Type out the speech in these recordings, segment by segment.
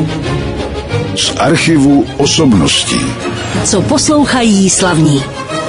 Z archivu osobností. Co poslouchají slavní.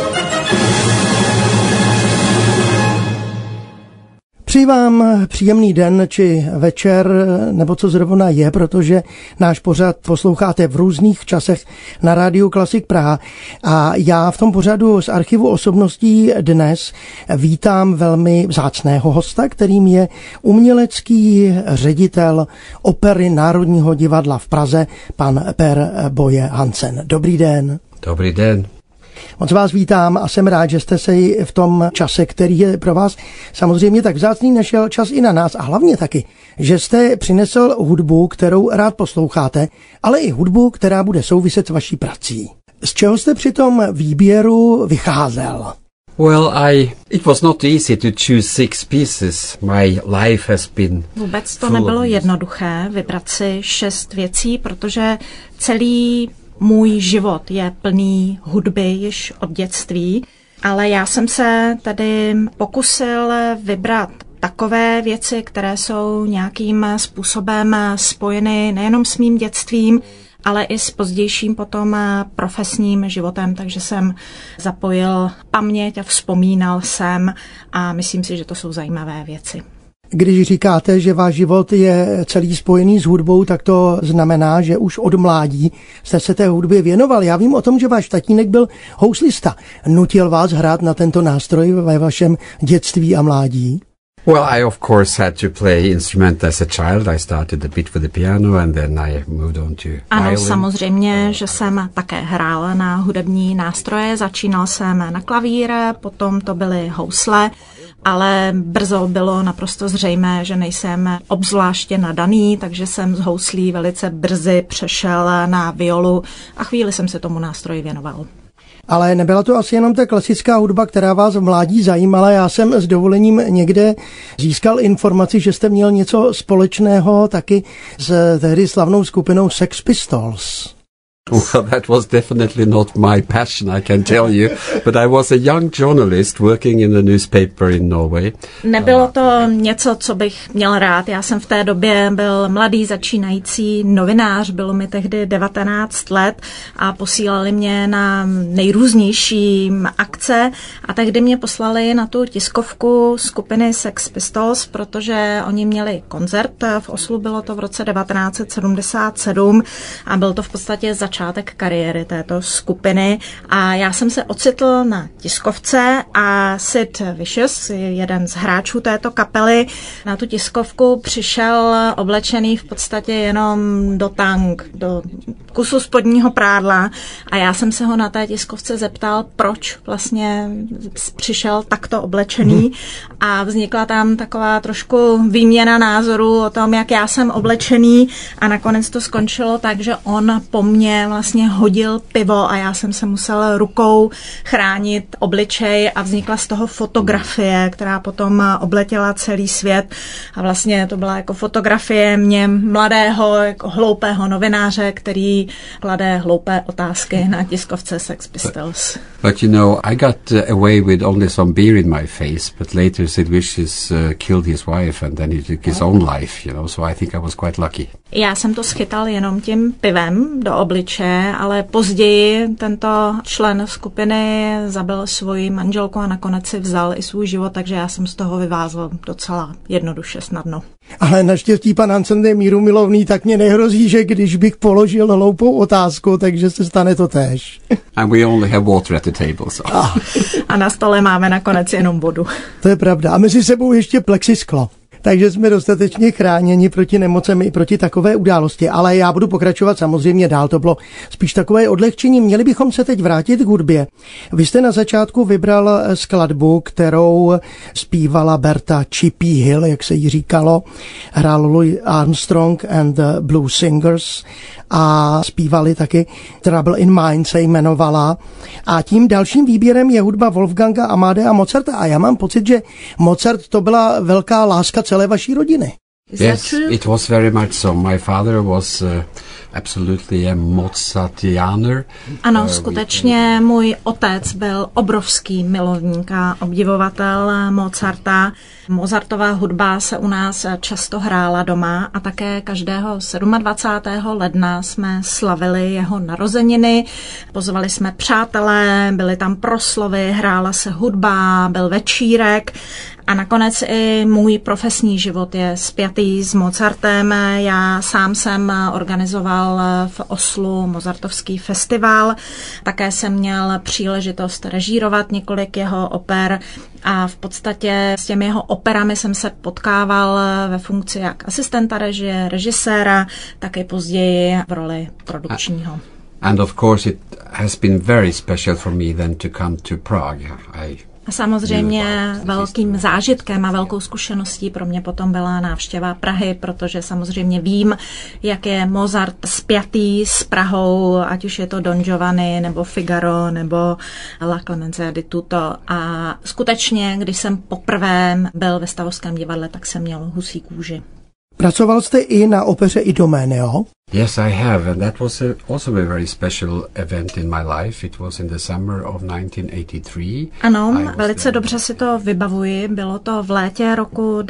Přeji vám příjemný den či večer, nebo co zrovna je, protože náš pořad posloucháte v různých časech na Rádiu Klasik Praha. A já v tom pořadu z archivu osobností dnes vítám velmi vzácného hosta, kterým je umělecký ředitel Opery Národního divadla v Praze, pan Per Boye Hansen. Dobrý den. Dobrý den. Moc vás vítám a jsem rád, že jste se v tom čase, který je pro vás samozřejmě tak vzácný, našel čas i na nás a hlavně taky, že jste přinesl hudbu, kterou rád posloucháte, ale i hudbu, která bude souviset s vaší prací. Z čeho jste při tom výběru vycházel? Well, it was not easy to choose 6 pieces. My life has been Vůbec to nebylo jednoduché vybrat si 6 věcí, protože celý můj život je plný hudby již od dětství, ale já jsem se tady pokusil vybrat takové věci, které jsou nějakým způsobem spojeny nejenom s mým dětstvím, ale i s pozdějším potom profesním životem, takže jsem zapojil paměť a vzpomínal jsem a myslím si, že to jsou zajímavé věci. Když říkáte, že váš život je celý spojený s hudbou, tak to znamená, že už od mládí jste se té hudbě věnoval. Já vím o tom, že váš tatínek byl houslista. Nutil vás hrát na tento nástroj ve vašem dětství a mládí? Well, I of course had to play instrument as a child. I started a bit with the piano and then I moved on to violin. Ano, samozřejmě, že jsem také hrál na hudební nástroje. Začínal jsem na klavír, potom to byly housle, ale brzo bylo naprosto zřejmé, že nejsem obzvláště nadaný, takže jsem z houslí velice brzy přešel na violu a chvíli jsem se tomu nástroji věnoval. Ale nebyla to asi jenom ta klasická hudba, která vás v mládí zajímala. Já jsem s dovolením někde získal informaci, že jste měl něco společného taky s tehdy slavnou skupinou Sex Pistols. Well, that was definitely not my passion, I can tell you. But I was a young journalist working in a newspaper in Norway. Nebylo to něco, co bych měl rád. Já jsem v té době byl mladý začínající novinář, bylo mi tehdy 19 let a posílali mě na nejrůznější akce a tehdy mě poslali na tu tiskovku skupiny Sex Pistols, protože oni měli koncert v Oslu, bylo to v roce 1977 a byl to v podstatě začátek kariéry této skupiny a já jsem se ocitl na tiskovce a Sid Vicious, jeden z hráčů této kapely, na tu tiskovku přišel oblečený v podstatě jenom do tank, do kusu spodního prádla a já jsem se ho na té tiskovce zeptal, proč vlastně přišel takto oblečený a vznikla tam taková trošku výměna názorů o tom, jak já jsem oblečený a nakonec to skončilo tak, že on po mně vlastně hodil pivo a já jsem se musel rukou chránit obličej a vznikla z toho fotografie, která potom obletěla celý svět a vlastně to byla jako fotografie mě mladého, jako hloupého novináře, který klade hloupé otázky na tiskovce Sex Pistols. But you know, I got away with only some beer in my face, but later Sid Vicious killed his wife and then he took his own life, you know, so I think I was quite lucky. Já jsem to schytal jenom tím pivem do obličeje, ale později tento člen skupiny zabil svoji manželku a nakonec si vzal i svůj život, takže já jsem z toho vyvázl docela jednoduše, snadno. Ale naštěstí pan Hansen je mírumilovný, tak mě nehrozí, že když bych položil hloupou otázku, takže se stane to též. And we only have water at the table, so. A na stole máme nakonec jenom vodu. To je pravda. A mezi sebou ještě plexisklo. Takže jsme dostatečně chráněni proti nemocem i proti takové události. Ale já budu pokračovat samozřejmě dál. To bylo spíš takové odlehčení. Měli bychom se teď vrátit k hudbě. Vy jste na začátku vybral skladbu, kterou zpívala Berta Chippy Hill, jak se jí říkalo. Hrál Louis Armstrong and the Blues Singers a zpívali taky Trouble in Mind se jmenovala. A tím dalším výběrem je hudba Wolfganga Amadea Mozarta. A já mám pocit, že Mozart to byla velká láska celé vaší rodiny. Is that true? It was very much so. My father was absolutely a Mozartianer. Ano, skutečně můj otec byl obrovský milovník a obdivovatel Mozarta. Mozartova hudba se u nás často hrála doma a také každého 27. ledna jsme slavili jeho narozeniny. Pozvali jsme přátelé, byly tam proslovy, hrála se hudba, byl večírek. A nakonec i můj profesní život je spjatý s Mozartem. Já sám jsem organizoval v Oslu Mozartovský festival. Také jsem měl příležitost režírovat několik jeho oper a v podstatě s těmi jeho operami jsem se potkával ve funkci jak asistenta režie, režiséra, tak i později v roli produkčního. And of course it has been very special for me then to come to Prague. A samozřejmě velkým zážitkem a velkou zkušeností pro mě potom byla návštěva Prahy, protože samozřejmě vím, jak je Mozart spjatý s Prahou, ať už je to Don Giovanni, nebo Figaro, nebo La Clemencia di Tutto. A skutečně, když jsem poprvé byl ve Stavovském divadle, tak jsem měl husí kůži. Pracoval jste i na opeře Idoméneo? Yes, I have, and that was also a very special event in my life. It was in the summer of 1983. Ano, velice dobře si to vybavuji. Bylo to v létě roku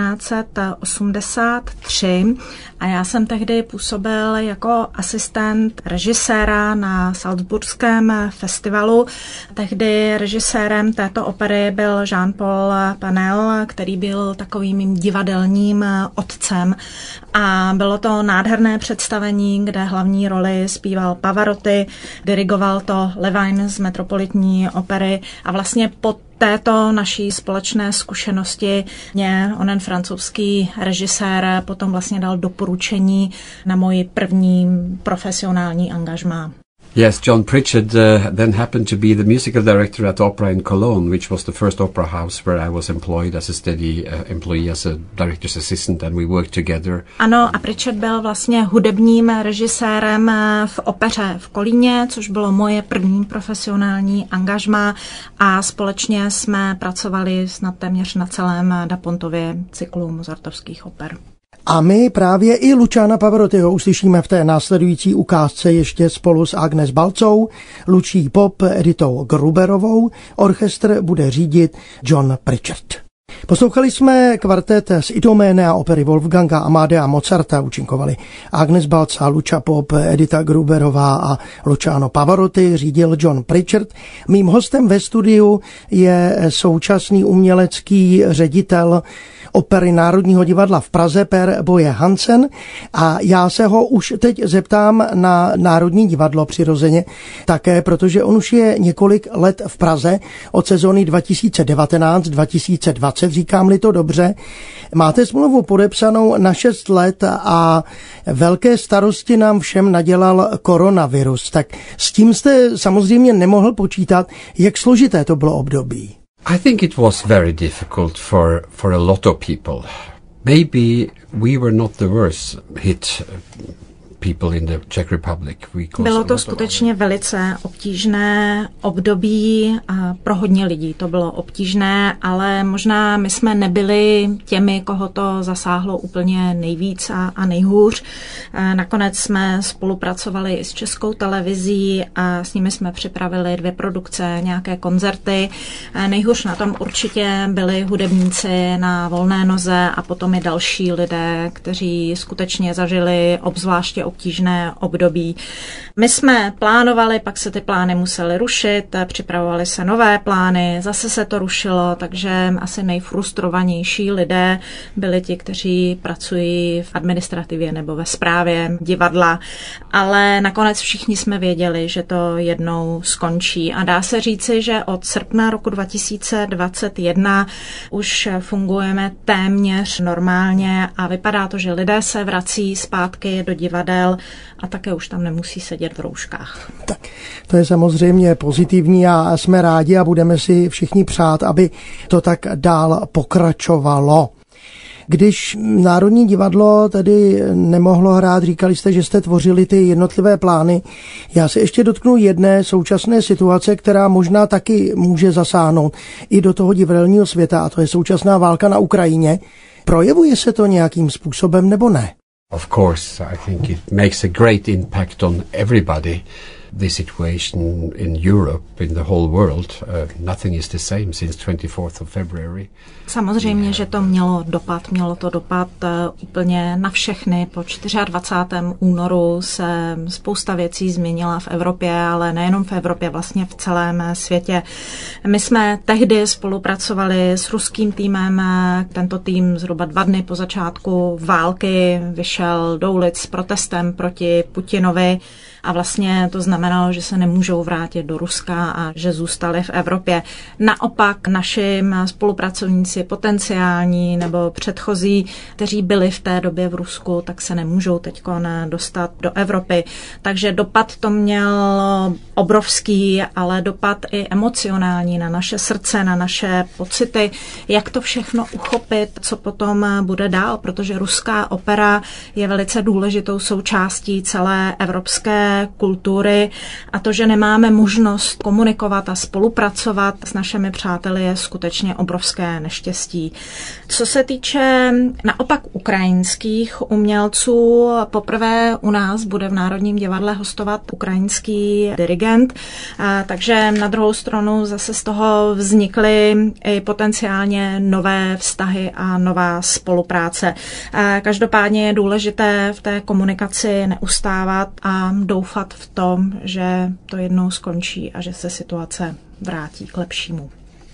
1983 a já jsem tehdy působil jako asistent režiséra na Salzburském festivalu. Tehdy režisérem této opery byl Jean-Paul Panel, který byl takovým mým divadelním otcem. A bylo to nádherné představení, kde hlavní roli zpíval Pavarotti, dirigoval to Levine z Metropolitní opery a vlastně po této naší společné zkušenosti mě onen francouzský režisér potom vlastně dal doporučení na moji první profesionální angažmá. Yes, John Pritchard then happened to be the musical director at Opera in Cologne, which was the first opera house where I was employed as a steady employee, as a director's assistant, and we worked together. Ano, a Pritchard byl vlastně hudebním režisérem v opeře v Kolíně, což bylo moje první profesionální angažmá a společně jsme pracovali snad téměř na celém Da Pontově cyklu mozartovských oper. A my právě i Luciana Pavarottiho uslyšíme v té následující ukázce ještě spolu s Agnes Balcou, Lucí Pop, Editou Gruberovou. Orchestr bude řídit John Pritchard. Poslouchali jsme kvartet z Idoménea opery Wolfganga Amadea Mozarta, účinkovali Agnes Balca, Lucia Pop, Edita Gruberová a Luciano Pavarotti, řídil John Pritchard. Mým hostem ve studiu je současný umělecký ředitel opery Národního divadla v Praze Per Boje Hansen a já se ho už teď zeptám na Národní divadlo přirozeně také, protože on už je několik let v Praze od sezóny 2019-2020, říkám-li to dobře. Máte smlouvu podepsanou na 6 let a velké starosti nám všem nadělal koronavirus, tak s tím jste samozřejmě nemohl počítat, jak složité to bylo období. I think it was very difficult for a lot of people. Maybe we were not the worst hit people in the Czech Republic. Bylo to skutečně velice obtížné období a pro hodně lidí to bylo obtížné, ale možná my jsme nebyli těmi, koho to zasáhlo úplně nejvíc a nejhůř. Nakonec jsme spolupracovali i s Českou televizí a s nimi jsme připravili 2 produkce, nějaké koncerty. Nejhůř na tom určitě byli hudebníci na volné noze a potom i další lidé, kteří skutečně zažili obzvláště obtížné období. My jsme plánovali, pak se ty plány musely rušit, připravovaly se nové plány, zase se to rušilo, takže asi nejfrustrovanější lidé byli ti, kteří pracují v administrativě nebo ve správě divadla, ale nakonec všichni jsme věděli, že to jednou skončí a dá se říci, že od srpna roku 2021 už fungujeme téměř normálně a vypadá to, že lidé se vrací zpátky do divadel a také už tam nemusí sedět v rouškách. Tak, to je samozřejmě pozitivní a jsme rádi a budeme si všichni přát, aby to tak dál pokračovalo. Když Národní divadlo tedy nemohlo hrát, říkali jste, že jste tvořili ty jednotlivé plány. Já se ještě dotknu jedné současné situace, která možná taky může zasáhnout i do toho divadelního světa, a to je současná válka na Ukrajině. Projevuje se to nějakým způsobem nebo ne? Of course, I think it makes a great impact on everybody. The situation in Europe, in the whole world, nothing is the same since 24th of February. Samozřejmě, že to mělo to dopad úplně na všechny. Po 24. únoru se spousta věcí změnila v Evropě, ale nejenom v Evropě, vlastně v celém světě. My jsme tehdy spolupracovali s ruským týmem. Tento tým zhruba 2 dny po začátku války vyšel do ulic s protestem proti Putinovi. A vlastně to znamenalo, že se nemůžou vrátit do Ruska a že zůstali v Evropě. Naopak naši spolupracovníci potenciální nebo předchozí, kteří byli v té době v Rusku, tak se nemůžou teď dostat do Evropy. Takže dopad to měl obrovský, ale dopad i emocionální na naše srdce, na naše pocity, jak to všechno uchopit, co potom bude dál, protože ruská opera je velice důležitou součástí celé evropské kultury a to, že nemáme možnost komunikovat a spolupracovat s našimi přáteli, je skutečně obrovské neštěstí. Co se týče naopak ukrajinských umělců, poprvé u nás bude v Národním divadle hostovat ukrajinský dirigent, takže na druhou stranu zase z toho vznikly i potenciálně nové vztahy a nová spolupráce. Každopádně je důležité v té komunikaci neustávat a doufat v tom, že to jednou skončí a že se situace vrátí k lepšímu.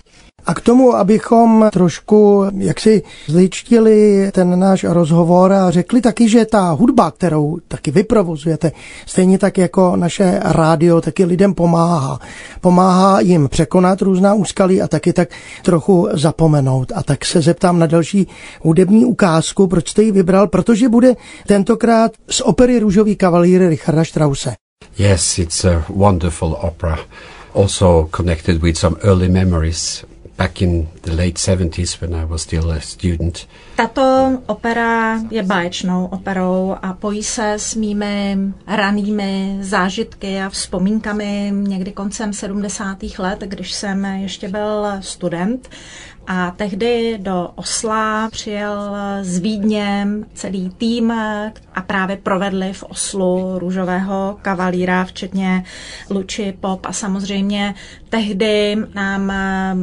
A k tomu, abychom trošku jaksi zličtili ten náš rozhovor a řekli taky, že ta hudba, kterou taky vy provozujete, stejně tak jako naše rádio, taky lidem pomáhá. Pomáhá jim překonat různá úskalí a taky tak trochu zapomenout. A tak se zeptám na další hudební ukázku, proč jste ji vybral, protože bude tentokrát z opery Růžový kavalír Richarda Strausse. Yes, it's a wonderful opera, also connected with some early memories back in the late 70s when I was still a student. Tato opera je báječnou operou a pojí se s mými ranými zážitky a vzpomínkami někdy koncem 70. let, když jsem ještě byl student. A tehdy do Osla přijel z Vídně celý tým a právě provedli v Oslu Růžového kavalíra, včetně Luci Pop. A samozřejmě tehdy nám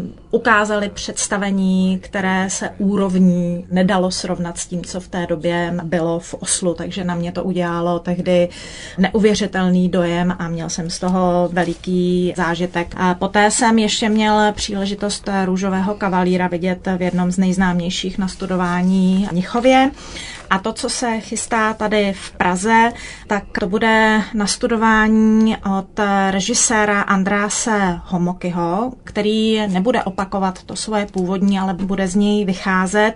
ukázali představení, které se úrovní nedalo srovnat s tím, co v té době bylo v Oslu. Takže na mě to udělalo tehdy neuvěřitelný dojem a měl jsem z toho veliký zážitek. A poté jsem ještě měl příležitost Růžového kavalíra vidět v jednom z nejznámějších nastudování v Mnichově. A to, co se chystá tady v Praze, tak to bude nastudování od režiséra Andráse Homokyho, který nebude opakovat to svoje původní, ale bude z něj vycházet.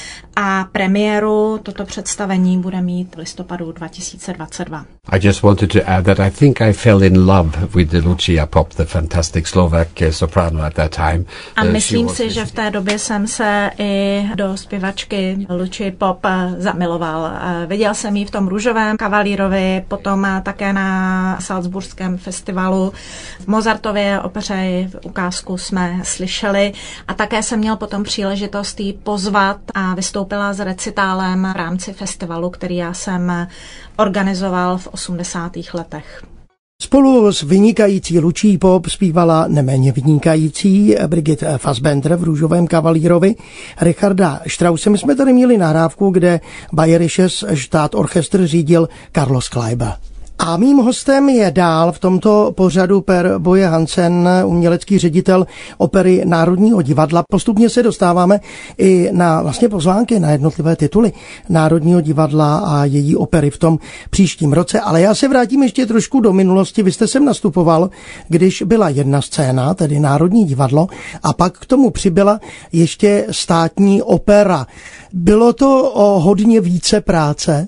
A premiéru toto představení bude mít v listopadu 2022. I just wanted to add that I think I fell in love with the Lucia Pop, the fantastic Slovak soprano at that time. A myslím si, že v té době jsem se i do zpěvačky Luci Pop zamiloval. Viděl jsem ji v tom Růžovém kavalírovi, potom také na Salzburském festivalu. V Mozartově opeře ukázku jsme slyšeli a také jsem měl potom příležitost ji pozvat a vystoupila s recitálem v rámci festivalu, který já jsem organizoval v 80. letech. Spolu s vynikající Lucí Pop zpívala neméně vynikající Brigitte Fassbender v Růžovém kavalírovi Richarda Strausse. My jsme tady měli nahrávku, kde Bayerisches Staatorchester řídil Carlos Kleiber. A mým hostem je dál v tomto pořadu Per Boje Hansen, umělecký ředitel opery Národního divadla. Postupně se dostáváme i na vlastně pozvánky na jednotlivé tituly Národního divadla a její opery v tom příštím roce. Ale já se vrátím ještě trošku do minulosti. Vy jste sem nastupoval, když byla jedna scéna, tedy Národní divadlo, a pak k tomu přibyla ještě státní opera. Bylo to o hodně více práce?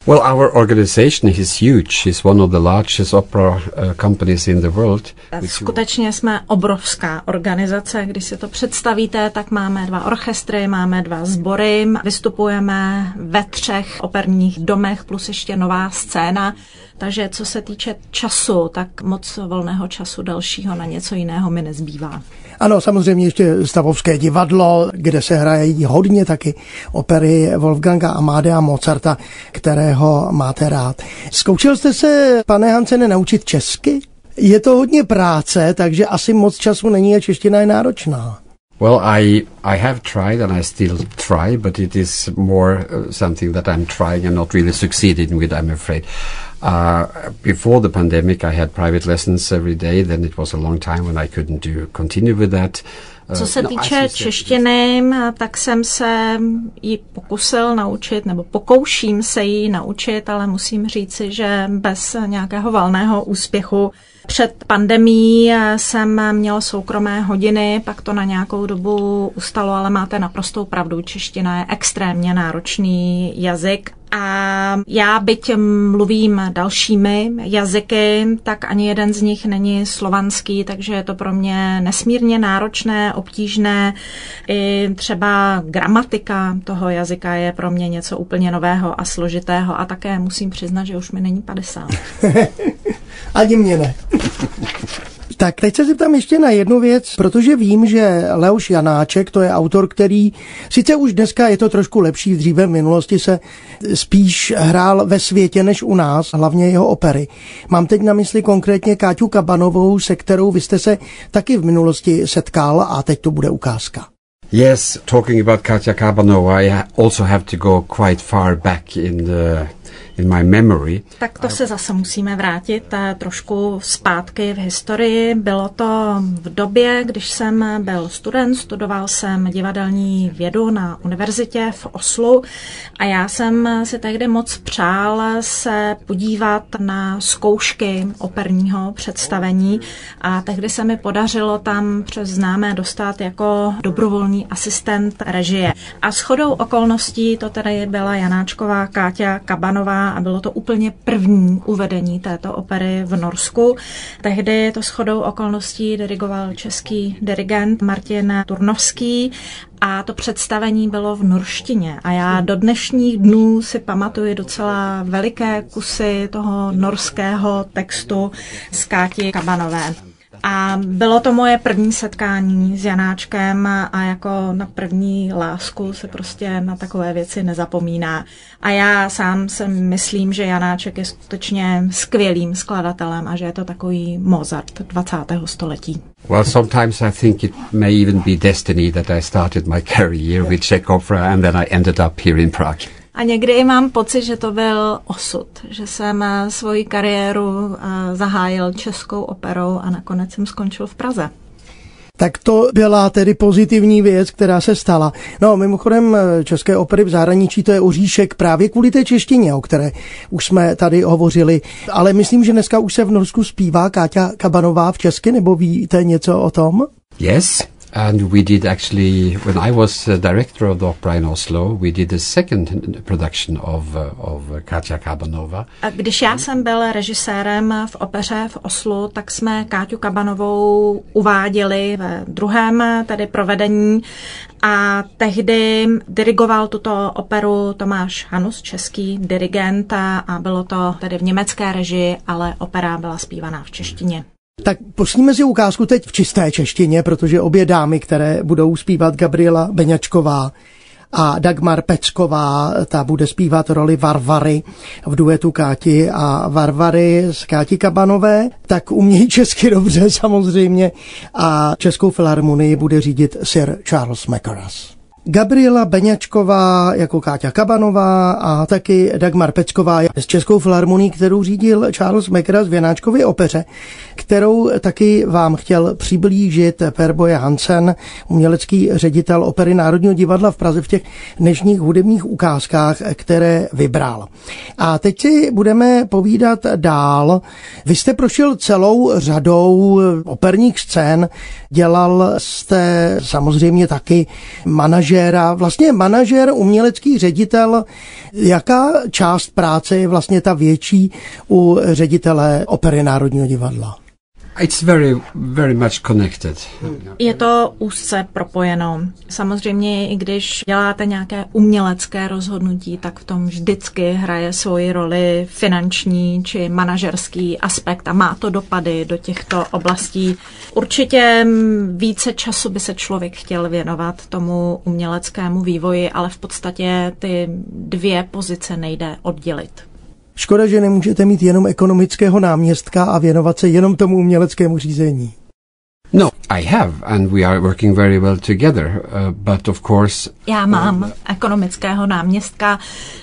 Well, our organization is huge. It's one of the largest opera companies in the world. Skutečně jsme obrovská organizace. Když si to představíte, tak máme 2 orchestry, máme 2 sbory, vystupujeme ve 3 operních domech plus ještě nová scéna. Takže co se týče času, tak moc volného času dalšího na něco jiného mi nezbývá. Ano, samozřejmě ještě Stavovské divadlo, kde se hrají hodně taky opery Wolfganga Amadea Mozarta, kterého máte rád. Zkoušel jste se, pane Hansene, naučit česky? Je to hodně práce, takže asi moc času není a čeština je náročná. Well, I have tried and I still try, but it is more something that I'm trying and not really succeeding with, I'm afraid. Before the pandemic, I had private lessons every day. Then it was a long time when I couldn't continue with that. Co se týče češtiny, tak jsem se ji pokusil naučit, nebo pokouším se ji naučit, ale musím říci, že bez nějakého valného úspěchu. Před pandemií jsem měl soukromé hodiny, pak to na nějakou dobu ustalo, ale máte naprostou pravdu, čeština je extrémně náročný jazyk. A já byť mluvím dalšími jazyky, tak ani jeden z nich není slovanský, takže je to pro mě nesmírně náročné, obtížné. I třeba gramatika toho jazyka je pro mě něco úplně nového a složitého a také musím přiznat, že už mi není 50. Ani mě ne. Tak teď se zeptám ještě na jednu věc, protože vím, že Leoš Janáček, to je autor, který sice už dneska je to trošku lepší, dříve v minulosti se spíš hrál ve světě než u nás, hlavně jeho opery. Mám teď na mysli konkrétně Káťu Kabanovou, se kterou vy jste se taky v minulosti setkal a teď to bude ukázka. Yes, talking about Katja Kabanova, I also have to go quite far back in my memory. Tak to se zase musíme vrátit trošku zpátky v historii. Bylo to v době, když jsem byl student, studoval jsem divadelní vědu na univerzitě v Oslu a já jsem si tehdy moc přál se podívat na zkoušky operního představení a tehdy se mi podařilo tam přes známé dostat jako dobrovolný asistent režie. A shodou okolností to tedy byla Janáčková Káťa Kabanová a bylo to úplně první uvedení této opery v Norsku. Tehdy to shodou okolností dirigoval český dirigent Martin Turnovský a to představení bylo v norštině. A já do dnešních dnů si pamatuju docela veliké kusy toho norského textu z Káti Kabanové. A bylo to moje první setkání s Janáčkem a jako na první lásku se prostě na takové věci nezapomíná. A já sám si myslím, že Janáček je skutečně skvělým skladatelem a že je to takový Mozart 20. století. Well, sometimes I think it may even be destiny that I started my career with Czech opera and then I ended up here in Prague. A někdy mám pocit, že to byl osud, že jsem svoji kariéru zahájil českou operou a nakonec jsem skončil v Praze. Tak to byla tedy pozitivní věc, která se stala. No, mimochodem české opery v zahraničí, to je oříšek právě kvůli té češtině, o které už jsme tady hovořili. Ale myslím, že dneska už se v Norsku zpívá Káťa Kabanová v česky, nebo víte něco o tom? Yes. And we did actually, when I was director of the opera in Oslo, we did a second production of Katja Kabanova. A když já jsem byl režisérem v opeře v Oslu, tak jsme Káťu Kabanovou uváděli ve druhém tedy provedení a tehdy dirigoval tuto operu Tomáš Hanus, český dirigent a bylo to tedy v německé režii, ale opera byla zpívaná v češtině. Tak pustíme si ukázku teď v čisté češtině, protože obě dámy, které budou zpívat, Gabriela Beňačková a Dagmar Pecková, ta bude zpívat roli Varvary v duetu Káti a Varvary z Káti Kabanové, tak umějí česky dobře samozřejmě a Českou filharmonii bude řídit Sir Charles Mackerras. Gabriela Beňačková jako Káťa Kabanová a taky Dagmar Pecková z Českou filharmonii, kterou řídil Charles Mackerras v Janáčkově opeře, kterou taky vám chtěl přiblížit Per Boje Hansen, umělecký ředitel Opery Národního divadla v Praze v těch dnešních hudebních ukázkách, které vybral. A teď si budeme povídat dál. Vy jste prošel celou řadou operních scén, dělal jste samozřejmě taky manažera manažéra, vlastně manažér, umělecký ředitel, jaká část práce je vlastně ta větší u ředitele Opery Národního divadla? It's very, very much connected. Je to úzce propojeno. Samozřejmě, i když děláte nějaké umělecké rozhodnutí, tak v tom vždycky hraje svoji roli finanční či manažerský aspekt a má to dopady do těchto oblastí. Určitě více času by se člověk chtěl věnovat tomu uměleckému vývoji, ale v podstatě ty dvě pozice nejde oddělit. Škoda, že nemůžete mít jenom ekonomického náměstka a věnovat se jenom tomu uměleckému řízení. No, I have, and we are working very well together, but of course... Já mám ekonomického náměstka,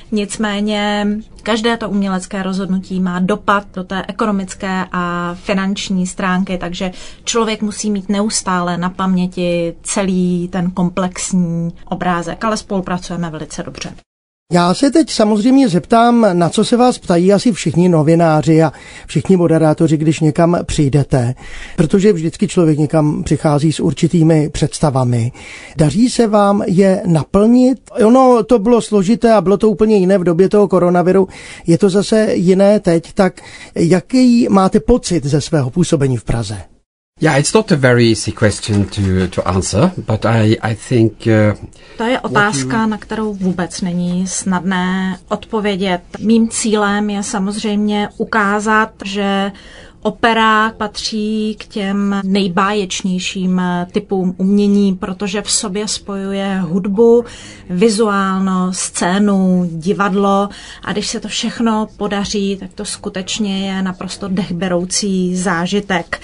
nicméně každé to umělecké rozhodnutí má dopad do té ekonomické a finanční stránky, takže člověk musí mít neustále na paměti celý ten komplexní obrázek, ale spolupracujeme velice dobře. Já se teď samozřejmě zeptám, na co se vás ptají asi všichni novináři a všichni moderátoři, když někam přijdete, protože vždycky člověk někam přichází s určitými představami. Daří se vám je naplnit? Ono to bylo složité a bylo to úplně jiné v době toho koronaviru. Je to zase jiné teď, tak jaký máte pocit ze svého působení v Praze? Yeah, it's not a very easy question to answer, but I think... To je otázka, na kterou vůbec není snadné odpovědět. Mým cílem je samozřejmě ukázat, že opera patří k těm nejbáječnějším typům umění, protože v sobě spojuje hudbu, vizuálno, scénu, divadlo a když se to všechno podaří, tak to skutečně je naprosto dechberoucí zážitek.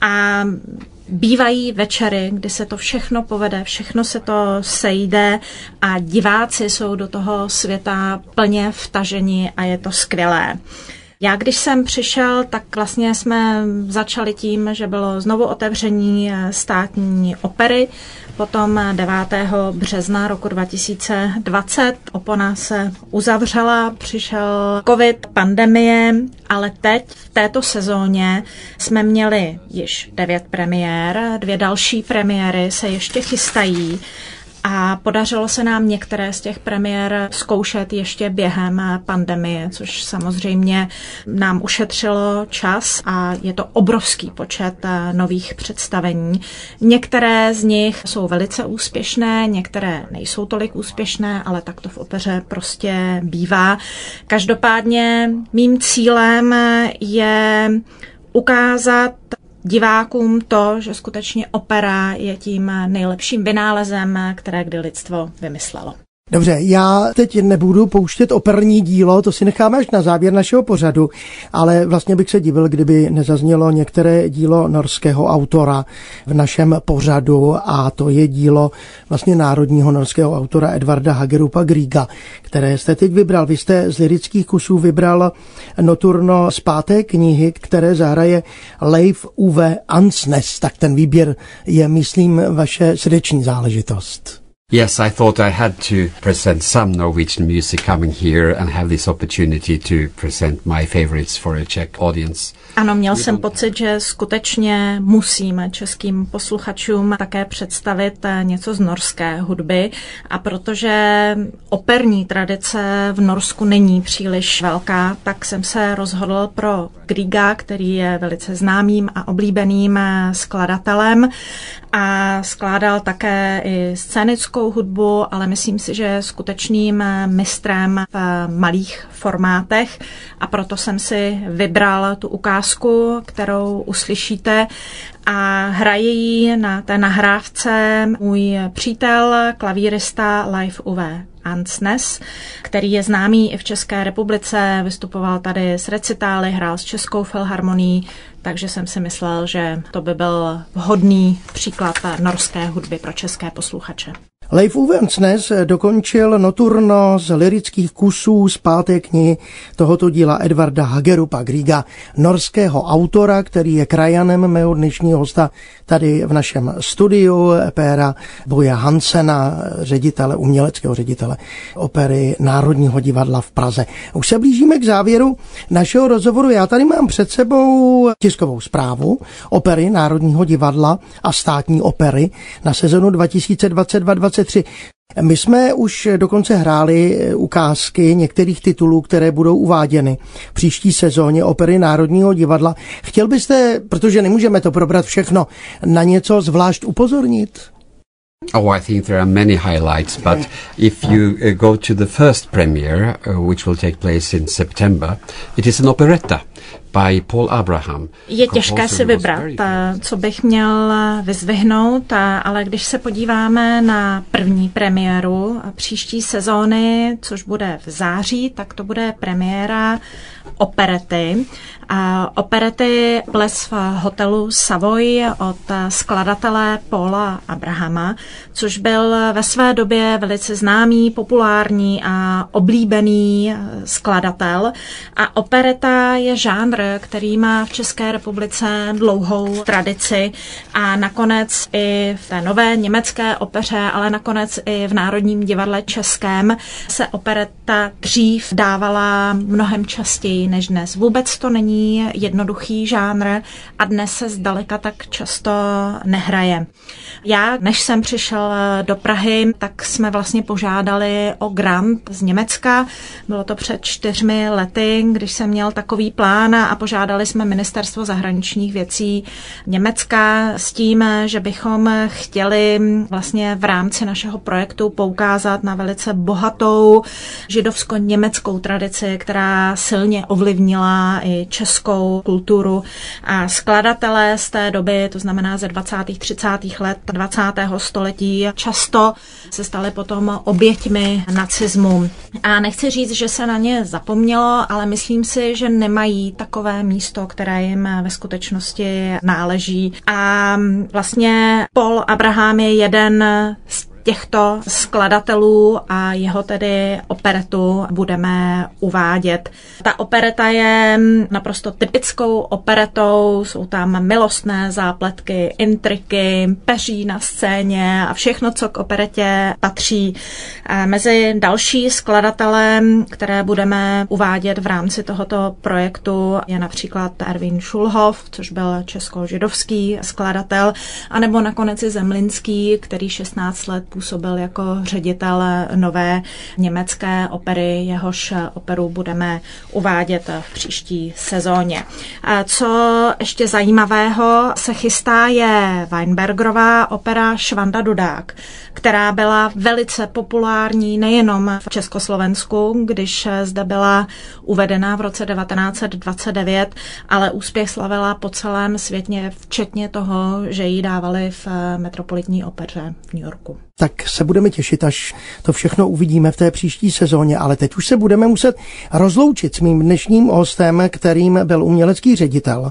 A bývají večery, kdy se to všechno povede, všechno se to sejde a diváci jsou do toho světa plně vtaženi a je to skvělé. Já když jsem přišel, tak vlastně jsme začali tím, že bylo znovu otevření státní opery, potom 9. března roku 2020 opona se uzavřela, přišel covid, pandemie, ale teď v této sezóně jsme měli již 9 premiér, 2 další premiéry se ještě chystají. A podařilo se nám některé z těch premiér zkoušet ještě během pandemie, což samozřejmě nám ušetřilo čas a je to obrovský počet nových představení. Některé z nich jsou velice úspěšné, některé nejsou tolik úspěšné, ale tak to v opeře prostě bývá. Každopádně mým cílem je ukázat divákům to, že skutečně opera je tím nejlepším vynálezem, které kdy lidstvo vymyslelo. Dobře, já teď nebudu pouštět operní dílo, to si necháme až na závěr našeho pořadu, ale vlastně bych se divil, kdyby nezaznělo některé dílo norského autora v našem pořadu a to je dílo vlastně národního norského autora Edvarda Hagerupa Griega, které jste teď vybral. Vy jste z lyrických kusů vybral Noturno z 5. knihy, které zahraje Leif Ove Ansnes, tak ten výběr je, myslím, vaše srdeční záležitost. Yes, I thought I had to present some Norwegian music coming here and have this opportunity to present my favorites for a Czech audience. Ano, měl jsem pocit, že skutečně musíme českým posluchačům také představit něco z norské hudby a protože operní tradice v Norsku není příliš velká, tak jsem se rozhodl pro Griega, který je velice známým a oblíbeným skladatelem a skládal také i scénickou hudbu, ale myslím si, že je skutečným mistrem v malých formátech a proto jsem si vybral tu ukázku, kterou uslyšíte a hraje ji na té nahrávce můj přítel, klavírista Leif Ove Ansnes, který je známý i v České republice, vystupoval tady s recitály, hrál s Českou filharmonií, takže jsem si myslel, že to by byl vhodný příklad norské hudby pro české posluchače. Leif Ove Ansnes dokončil Noturno z lyrických kusů z 5. knihy tohoto díla Edvarda Hagerupa Griega, norského autora, který je krajanem mého dnešního hosta tady v našem studiu, Péra Boje Hansena, uměleckého ředitele opery Národního divadla v Praze. Už se blížíme k závěru našeho rozhovoru. Já tady mám před sebou tiskovou zprávu opery Národního divadla a státní opery na sezonu 2022-2023. My jsme už dokonce hráli ukázky některých titulů, které budou uváděny v příští sezóně opery Národního divadla. Chtěl byste, protože nemůžeme to probrat všechno, na něco zvlášť upozornit? Oh, I think there are many highlights, but if you go to the first premiere, which will take place in September, it is an operetta by Paul Abraham. Je těžké si vybrat, co bych měl vyzdvihnout, ale když se podíváme na první premiéru příští sezóny, což bude v září, tak to bude premiéra operety. Operety Ples v hotelu Savoy od skladatele Paula Abrahama, což byl ve své době velice známý, populární a oblíbený skladatel. A opereta je žánr, který má v České republice dlouhou tradici a nakonec i v té nové německé opeře, ale nakonec i v Národním divadle českém se opereta dřív dávala mnohem častěji než dnes. Vůbec to není jednoduchý žánr a dnes se zdaleka tak často nehraje. Já, než jsem přišel do Prahy, tak jsme vlastně požádali o grant z Německa. Bylo to před 4 lety, když jsem měl takový plán a požádali jsme Ministerstvo zahraničních věcí Německa s tím, že bychom chtěli vlastně v rámci našeho projektu poukázat na velice bohatou židovsko-německou tradici, která silně ovlivnila i českou kulturu a skladatelé z té doby, to znamená ze 20. 30. let 20. století, často se stali potom oběťmi nacismu. A nechci říct, že se na ně zapomnělo, ale myslím si, že nemají takové místo, které jim ve skutečnosti náleží. A vlastně Paul Abraham je jeden z těchto skladatelů a jeho tedy operetu budeme uvádět. Ta opereta je naprosto typickou operetou, jsou tam milostné zápletky, intriky, peří na scéně a všechno, co k operetě patří. Mezi další skladatelé, které budeme uvádět v rámci tohoto projektu, je například Erwin Schulhoff, což byl česko-židovský skladatel, anebo nakonec i Zemlinský, který 16 let působil jako ředitel nové německé opery, jehož operu budeme uvádět v příští sezóně. Co ještě zajímavého se chystá je Weinbergerová opera Švanda Dudák, která byla velice populární nejenom v Československu, když zde byla uvedena v roce 1929, ale úspěch slavila po celém světě, včetně toho, že ji dávali v Metropolitní opeře v New Yorku. Tak se budeme těšit, až to všechno uvidíme v té příští sezóně, ale teď už se budeme muset rozloučit s mým dnešním hostem, kterým byl umělecký ředitel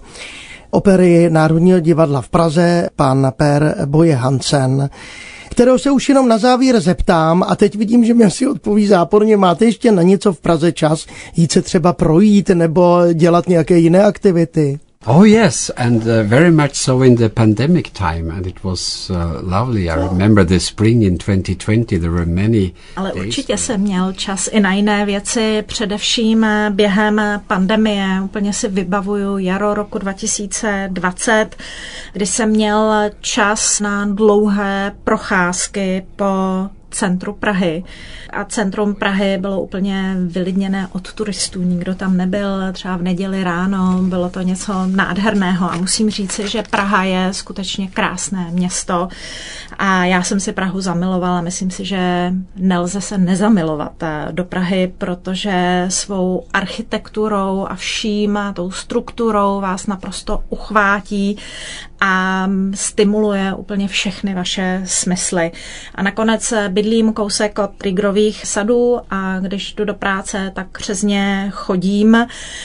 opery Národního divadla v Praze, pan Per Boje Hansen, kterého se už jenom na závěr zeptám a teď vidím, že mi asi odpoví záporně. Máte ještě na něco v Praze čas? Jít se třeba projít nebo dělat nějaké jiné aktivity? Oh yes, and very much so in the pandemic time, and it was lovely. I remember the spring in 2020, there were many. Ale určitě jsem měl čas i na jiné věci, především během pandemie. Úplně si vybavuju jaro roku 2020, kdy jsem měl čas na dlouhé procházky po centru Prahy. A centrum Prahy bylo úplně vylidněné od turistů, nikdo tam nebyl, třeba v neděli ráno, bylo to něco nádherného a musím říci, že Praha je skutečně krásné město a já jsem si Prahu zamilovala, myslím si, že nelze se nezamilovat do Prahy, protože svou architekturou a vším a tou strukturou vás naprosto uchvátí a stimuluje úplně všechny vaše smysly. A nakonec bydlím kousek od Trigrových sadů a když jdu do práce, tak přes ně chodím,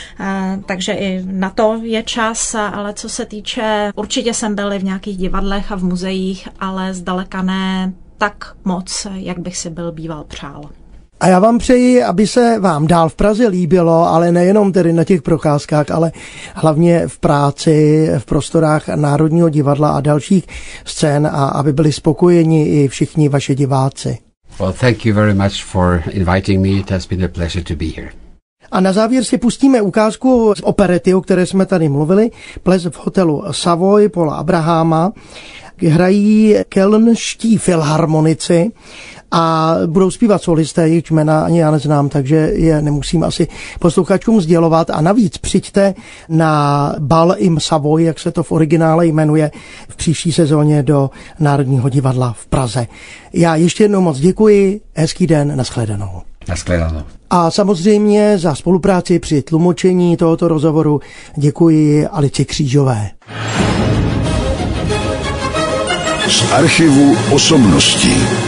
takže i na to je čas, ale co se týče, určitě jsem byl i v nějakých divadlech a v muzeích, ale zdaleka ne tak moc, jak bych si byl býval přál. A já vám přeji, aby se vám dál v Praze líbilo, ale nejenom tedy na těch procházkách, ale hlavně v práci, v prostorách Národního divadla a dalších scén a aby byli spokojeni i všichni vaši diváci. Well, thank you very much for inviting me. It has been a pleasure to be here. A na závěr si pustíme ukázku z operety, o které jsme tady mluvili, Ples v hotelu Savoy Paula Abrahama. Hrají kelnští filharmonici a budou zpívat solisté, jejich jména ani já neznám, takže je nemusím asi posluchačům sdělovat. A navíc přijďte na Bal im Savoy, jak se to v originále jmenuje, v příští sezóně do Národního divadla v Praze. Já ještě jednou moc děkuji, hezký den, nashledanou. Nashledanou. A samozřejmě za spolupráci při tlumočení tohoto rozhovoru děkuji Alici Křížové. Z archivu osobností.